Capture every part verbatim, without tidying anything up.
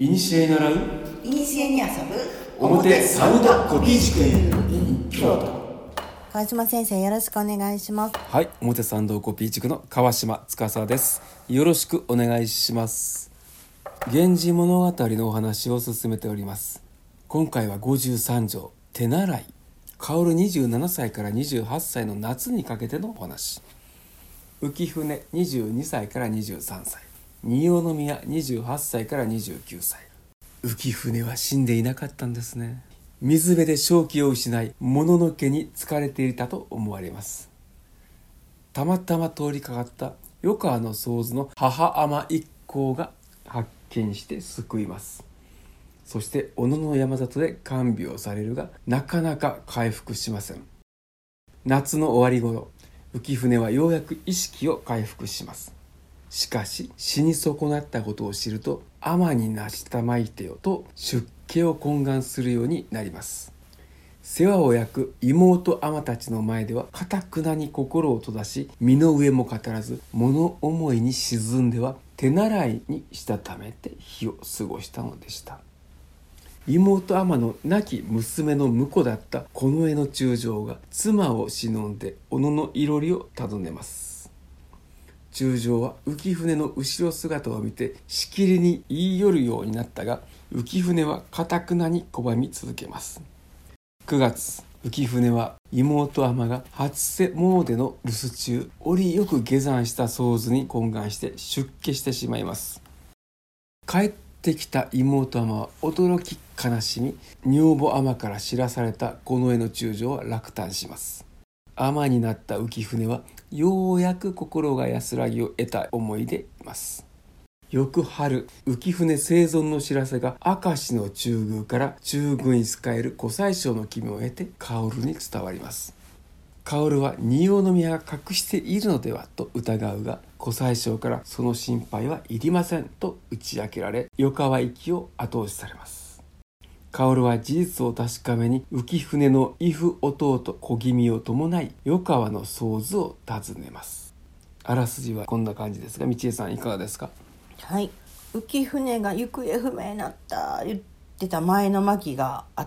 いにしえ習ういにしえに遊ぶ表サウンドコピー塾 in 京都。 川島先生、よろしくお願いします。 はい、表参道コピー塾の川島司です。よろしくお願いします。源氏物語のお話を進めております。今回はごじゅうさん条手習い。薫にじゅうななさいからにじゅうはっさいの夏にかけてのお話。浮舟にじゅうにさいからにじゅうさんさい、仁王宮にじゅうはっさいからにじゅうきゅうさい。浮舟は死んでいなかったんですね。水辺で正気を失い、もののけに疲れていたと思われます。たまたま通りかかった余川の僧図の母尼一行が発見して救います。そして小野の山里で看病されるが、なかなか回復しません。夏の終わり頃、浮舟はようやく意識を回復します。しかし死に損なったことを知ると、尼になしたまいてよと出家を懇願するようになります。世話を焼く妹尼たちの前では堅くなに心を閉ざし、身の上も語らず、物思いに沈んでは手習いにしたためて日を過ごしたのでした。妹尼の亡き娘の婿だった近衛の中将が妻を忍んで小野のいろりを訪ねます。中将は浮舟の後ろ姿を見てしきりに言い寄るようになったが、浮舟は堅くなに拒み続けます。くがつ、浮舟は妹尼が初瀬詣の留守中、折よく下山した僧図に懇願して出家してしまいます。帰ってきた妹尼は驚き悲しみ、女房尼から知らされた近衛の中将は落胆します。尼になった浮舟はようやく心が安らぎを得た思いでいます。翌春、浮舟生存の知らせが明石の中宮から中宮に仕える御宰相の君を得て薫に伝わります。薫は仁王宮が隠しているのではと疑うが、御宰相からその心配はいりませんと打ち明けられ、余川行きを後押しされます。薫は事実を確かめに浮舟の異父弟小気味を伴い余川の僧図を訪ねます。あらすじはこんな感じですが、道枝さんいかがですか？ はい、浮舟が行方不明になった言ってた前の巻があって、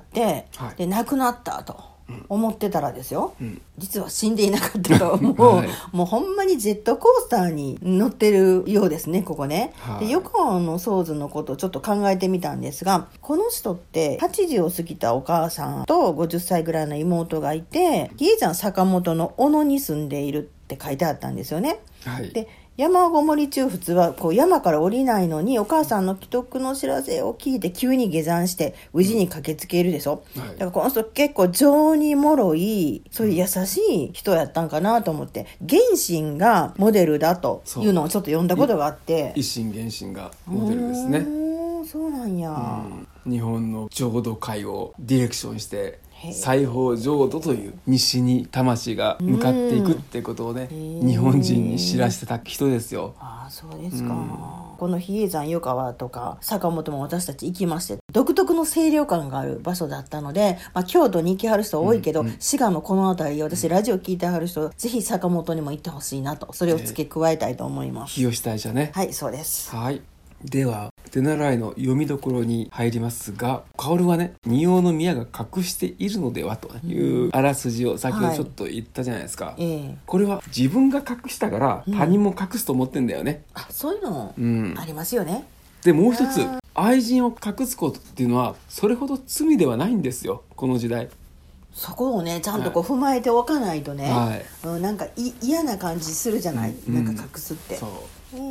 はい、で亡くなったと思ってたらですよ、うん、実は死んでいなかったともう、はい、もうほんまにジェットコースターに乗ってるようですね、ここね、はい、で余川の僧図のことをちょっと考えてみたんですが、この人ってはちじゅうを過ぎたお母さんとごじゅっさいぐらいの妹がいて、比叡山坂本の小野に住んでいるって書いてあったんですよね、はい、で山ごもり中、普通はこう山から降りないのにお母さんの帰宅の知らせを聞いて急に下山して宇治に駆けつけるでしょ、うん、はい、だからこの人結構情に脆い、そういう優しい人やったんかなと思って、原神がモデルだというのをちょっと読んだことがあって、 一心原神がモデルですね。 そうなんや、 うん、日本の浄土界をディレクションして西方浄土という西に魂が向かっていくってことをね、日本人に知らせた人ですよ。 ああ、そうですか、うん、この比叡山余川とか坂本も私たち行きまして、独特の清涼感がある場所だったので、まあ、京都に行きはる人多いけど、うんうん、滋賀のこの辺り、私ラジオ聞いてはる人、ぜひ坂本にも行ってほしいなと、それを付け加えたいと思います。 日吉大社ね。 はい、そうです。 はい、では手習いの読みどころに入りますが、薫はね、仁王宮が隠しているのではというあらすじを先ほどちょっと言ったじゃないですか、はい、えー、これは自分が隠したから他人も隠すと思ってんだよね、 うん、あ、そういうの、うん、ありますよね。 でもう一つ、愛人を隠すことっていうのはそれほど罪ではないんですよ、この時代。 そこをねちゃんとこう踏まえておかないとね、はい、うん、なんかい嫌な感じするじゃない、うん、なんか隠すって、そう、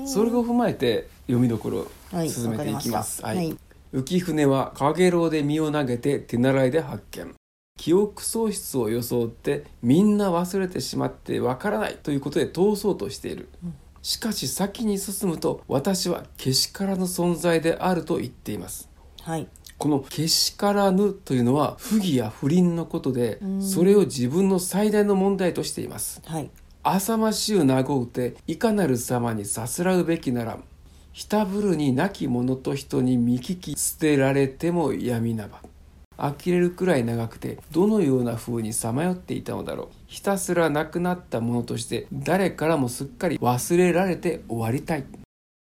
それを踏まえて読みどころを進めていきます。はい、はい、浮舟は陽炎で身を投げて手習いで発見。記憶喪失を装ってみんな忘れてしまってわからないということで通そうとしている、うん、しかし先に進むと私はけしからぬ存在であると言っています。はい、このけしからぬというのは不義や不倫のことで、それを自分の最大の問題としています。はい、浅ましゅうなごうていかなる様にさすらうべきなら、ひたぶるに亡き者と人に見聞き捨てられても闇なば。呆れるくらい長くてどのような風にさまよっていたのだろう。ひたすら亡くなったものとして誰からもすっかり忘れられて終わりたい。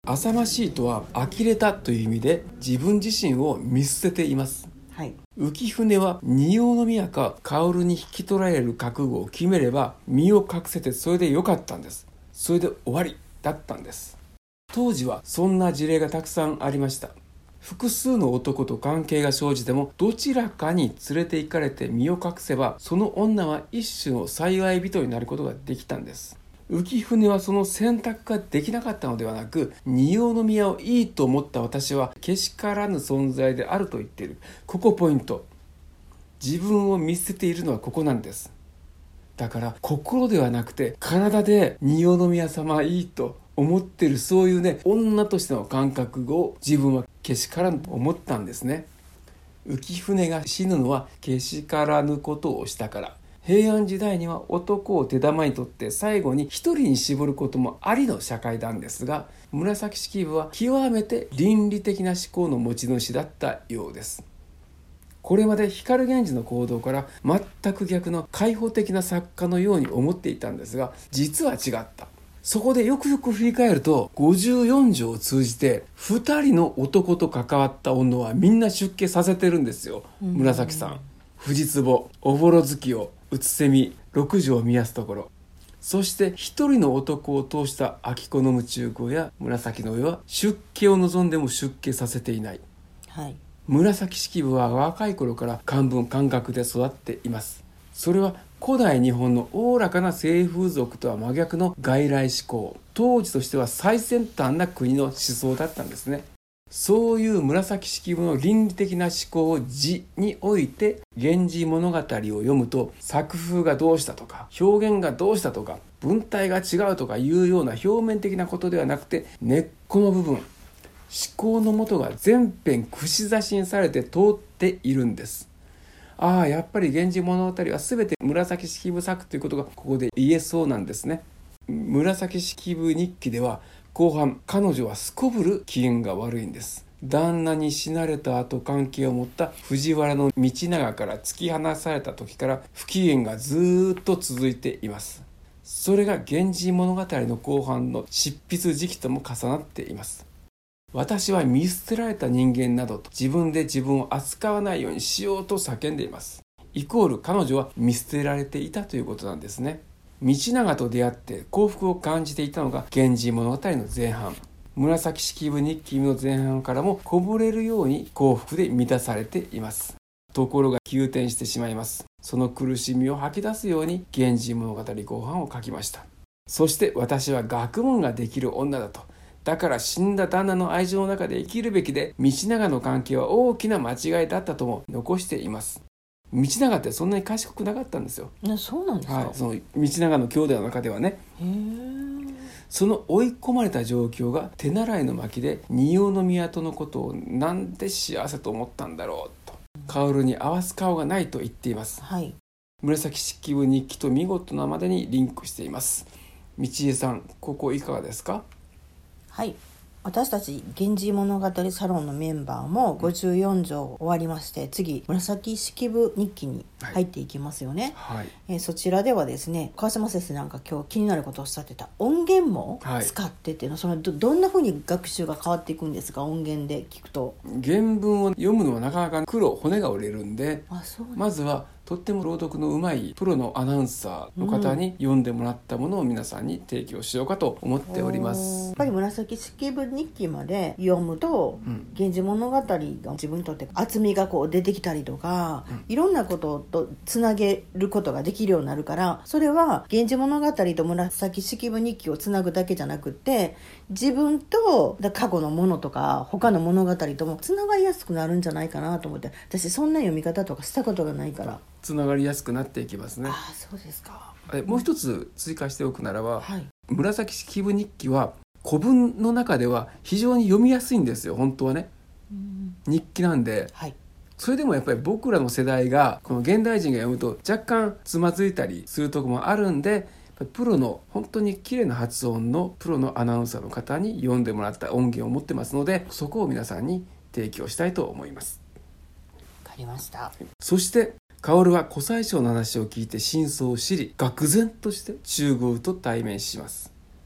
浅ましいとは呆れたという意味で自分自身を見捨てています。 はい、 浮舟は仁王宮か薫に引き取られる覚悟を決めれば身を隠せてそれでよかったんです。それで終わりだったんです。当時はそんな事例がたくさんありました。複数の男と関係が生じてもどちらかに連れて行かれて身を隠せばその女は一種の幸い人になることができたんです。浮舟はその選択ができなかったのではなく、仁王宮をいいと思った私はけしからぬ存在であると言っている。ここポイント。自分を見捨てているのはここなんです。だから心ではなくて体で仁王宮様いいと思っている、そういうね、女としての感覚を自分はけしからぬと思ったんですね。浮舟が死ぬのはけしからぬことをしたから。平安時代には男を手玉にとって最後に一人に絞ることもありの社会なんですが、紫式部は極めて倫理的な思考の持ち主だったようです。これまで光源氏の行動から全く逆の開放的な作家のように思っていたんですが、実は違った。そこでよくよく振り返るとごじゅうよん条を通じてふたりの男と関わった女はみんな出家させてるんですよ。紫さん、藤壺、おぼろ月夜、うつせみ、六条見やすところ、そして一人の男を通した秋子の夢中子や紫の上は出家を望んでも出家させていない、 はい、 紫式部は若い頃から漢文漢学で育っています。それは古代日本のおおらかな西風俗とは真逆の外来思考、当時としては最先端な国の思想だったんですね。そういう紫式部の倫理的な思考を字において源氏物語を読むと、作風がどうしたとか表現がどうしたとか文体が違うとかいうような表面的なことではなくて、根っこの部分、思考の元が全編串刺しにされて通っているんです。ああ、やっぱり源氏物語は全て紫式部作ということがここで言えそうなんですね。紫式部日記では後半、彼女はすこぶる機嫌が悪いんです。旦那に死なれた後関係を持った藤原道長から突き放された時から不機嫌がずっと続いています。それが源氏物語の後半の執筆時期とも重なっています。私は見捨てられた人間などと自分で自分を扱わないようにしようと叫んでいます。イコール彼女は見捨てられていたということなんですね。道長と出会って幸福を感じていたのが源氏物語の前半、紫式部日記の前半からもこぼれるように幸福で満たされています。ところが急転してしまいます。その苦しみを吐き出すように源氏物語後半を書きました。そして私は学問ができる女だと、だから死んだ旦那の愛情の中で生きるべきで、道長の関係は大きな間違いだったとも残しています。道長ってそんなに賢くなかったんですよ。 ね、そうなんですか。 はい、その道長の兄弟の中ではね。 へー。 その追い込まれた状況が手習いの巻で仁王宮とのことをなんで幸せと思ったんだろうと、薫に合わす顔がないと言っています。 はい、 紫式部日記と見事なまでにリンクしています。道江さん、ここいかがですか？ はい、私たち源氏物語サロンのメンバーもごじゅうよん条終わりまして、次紫式部日記に入っていきますよね。 はい、 えー、そちらではですね、川島先生なんか今日気になることをおっしゃってた音源も使ってっていうのは、その ど, どんな風に学習が変わっていくんですか？音源で聞くと原文を読むのはなかなか苦労、骨が折れるんで、 あ、そうなんです。 まずはとっても朗読のうまいプロのアナウンサーの方に読んでもらったものを皆さんに提供しようかと思っております。 やっぱり紫式部日記まで読むと、うん、源氏物語が自分にとって厚みがこう出てきたりとか、うん、いろんなこととつなげることができるようになるから、それは源氏物語と紫式部日記をつなぐだけじゃなくて、自分と過去のものとか他の物語ともつながりやすくなるんじゃないかなと思って、私そんな読み方とかしたことがないからつながりやすくなっていきますね。 あ、そうですか。 もう一つ追加しておくならば、 はい、 紫式部日記は古文の中では非常に読みやすいんですよ、本当はね。うん、日記なんで、はい、それでもやっぱり僕らの世代がこの現代人が読むと若干つまずいたりするところもあるんで、プロの本当に綺麗な発音のプロのアナウンサーの方に読んでもらった音源を持ってますので、そこを皆さんに提供したいと思います。 わかりました。 そして薫は小妻匠の話を聞いて真相を知り、愕然として中宮と対面します。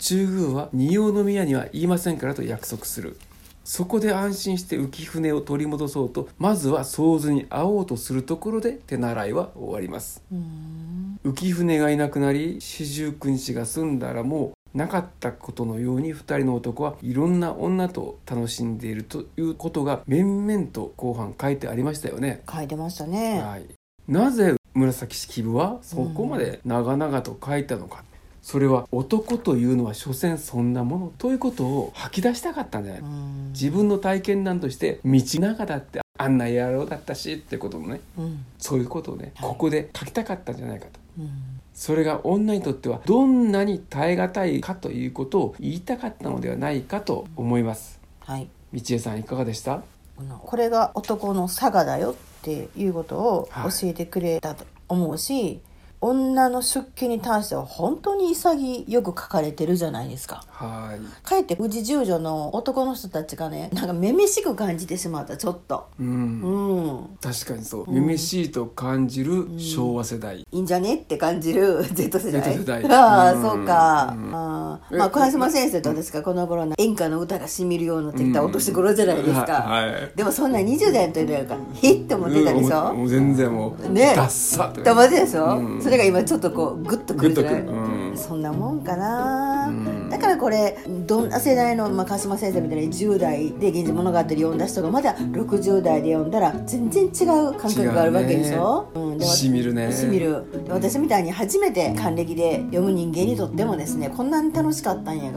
中宮は仁王宮には言いませんからと約束する。そこで安心して浮舟を取り戻そうと、まずは僧図に会おうとするところで手習いは終わります。 うーん浮舟がいなくなり四十九日が済んだら、もうなかったことのように二人の男はいろんな女と楽しんでいるということが面々と後半書いてありましたよね。 書いてましたね。 はい、なぜ紫式部はそこまで長々と書いたのか、うん、それは男というのは所詮そんなものということを吐き出したかったんじゃない、うん、自分の体験談として道長だってあんな野郎だったしってこともね、うん、そういうことをね、はい、ここで書きたかったんじゃないかと、うん、それが女にとってはどんなに耐え難いかということを言いたかったのではないかと思います、 はい、 道枝さんいかがでした？ これが男の性だよっていうことを教えてくれたと思うし、はい、女の出家に対しては本当に潔く書かれてるじゃないですか。 はい。 かえって宇治十女の男の人たちがね、なんかめめしく感じてしまった。ちょっと、うん、うん、 確かにそう、めめしいと感じる昭和世代、うん、 いいんじゃねって感じる Z 世代。 Z 世代ああ、うん、そうか、うん、あまあ小島先生とですか、この頃の演歌の歌がしみるようになってきたお年頃じゃないですか、うんはいはい、でもそんなにじゅう代の時だからヒッと思ってたでしょ、 うん、もう全然もうね、ダッサと思ってでしょ、うん、それが今ちょっとこうグッとくるじゃない、 うん、 そんなもんかな、うん、だからこれどんな世代の、まあ、鹿島先生みたいにじゅう代で源氏物語読んだ人がまだろくじゅう代で読んだら全然違う感覚があるわけでしょ、ね、うん、でしみるね、 しみる。で私みたいに初めて還暦で読む人間にとってもですね、こんなに楽しかったんやから、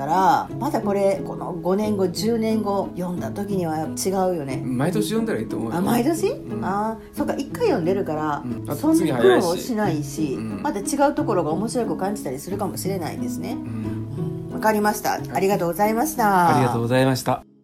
またこれこのごねんごじゅうねんご読んだ時には違うよね。 毎年読んだらいいと思うよ。 あ、毎年、うん、あ、そうか、いっかい読んでるから、うん、そんな苦労もしないし、うん、また違うところが面白く感じたりするかもしれないですね。わ、うん、かりました。ありがとうございました。 ありがとうございました。